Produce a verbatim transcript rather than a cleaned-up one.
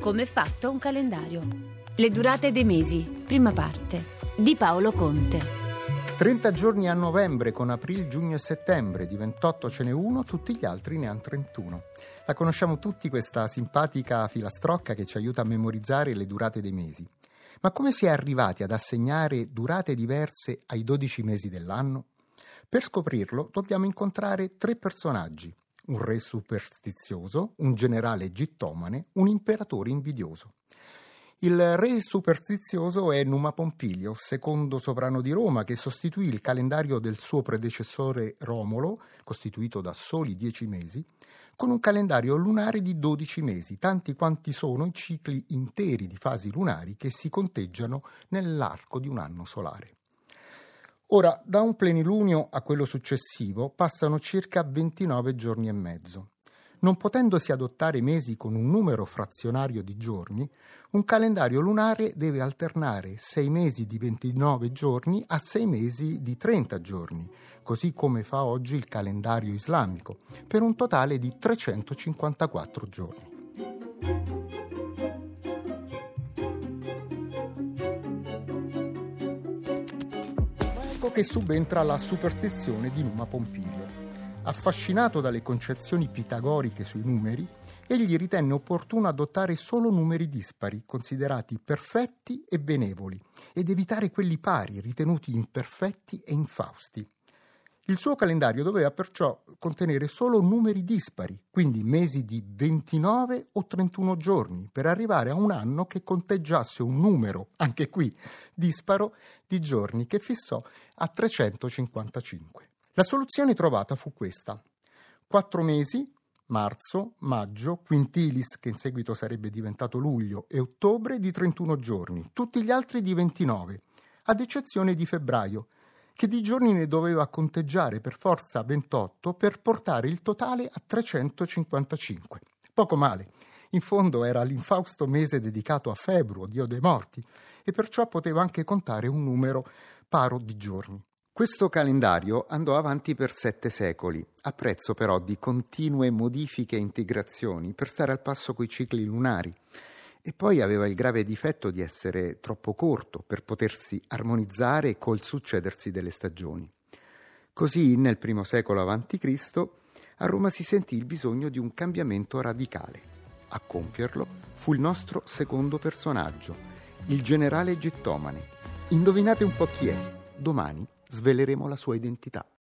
Come è fatto un calendario. Le durate dei mesi, prima parte, di Paolo Conte. trenta giorni a novembre con aprile, giugno e settembre, di ventotto ce n'è uno, tutti gli altri ne hanno trentuno. La conosciamo tutti questa simpatica filastrocca che ci aiuta a memorizzare le durate dei mesi. Ma come si è arrivati ad assegnare durate diverse ai dodici mesi dell'anno? Per scoprirlo dobbiamo incontrare tre personaggi: un re superstizioso, un generale gittomane, un imperatore invidioso. Il re superstizioso è Numa Pompilio, secondo sovrano di Roma, che sostituì il calendario del suo predecessore Romolo, costituito da soli dieci mesi, con un calendario lunare di dodici mesi, tanti quanti sono i cicli interi di fasi lunari che si conteggiano nell'arco di un anno solare. Ora, da un plenilunio a quello successivo passano circa ventinove giorni e mezzo. Non potendosi adottare mesi con un numero frazionario di giorni, un calendario lunare deve alternare sei mesi di ventinove giorni a sei mesi di trenta giorni, così come fa oggi il calendario islamico, per un totale di trecentocinquantaquattro giorni. Che subentra la superstizione di Numa Pompilio. Affascinato dalle concezioni pitagoriche sui numeri, egli ritenne opportuno adottare solo numeri dispari, considerati perfetti e benevoli, ed evitare quelli pari, ritenuti imperfetti e infausti. Il suo calendario doveva perciò contenere solo numeri dispari, quindi mesi di ventinove o trentuno giorni, per arrivare a un anno che conteggiasse un numero, anche qui disparo, di giorni che fissò a trecentocinquantacinque. La soluzione trovata fu questa: quattro mesi, marzo, maggio, quintilis, che in seguito sarebbe diventato luglio, e ottobre di trentuno giorni, tutti gli altri di ventinove, ad eccezione di febbraio, che di giorni ne doveva conteggiare per forza ventotto per portare il totale a trecentocinquantacinque. Poco male, in fondo era l'infausto mese dedicato a Februo, dio dei morti, e perciò poteva anche contare un numero paro di giorni. Questo calendario andò avanti per sette secoli, a prezzo però di continue modifiche e integrazioni per stare al passo coi cicli lunari. E poi aveva il grave difetto di essere troppo corto per potersi armonizzare col succedersi delle stagioni. Così, nel primo secolo avanti Cristo, a Roma si sentì il bisogno di un cambiamento radicale. A compierlo fu il nostro secondo personaggio, il generale Gittomane. Indovinate un po' chi è. Domani sveleremo la sua identità.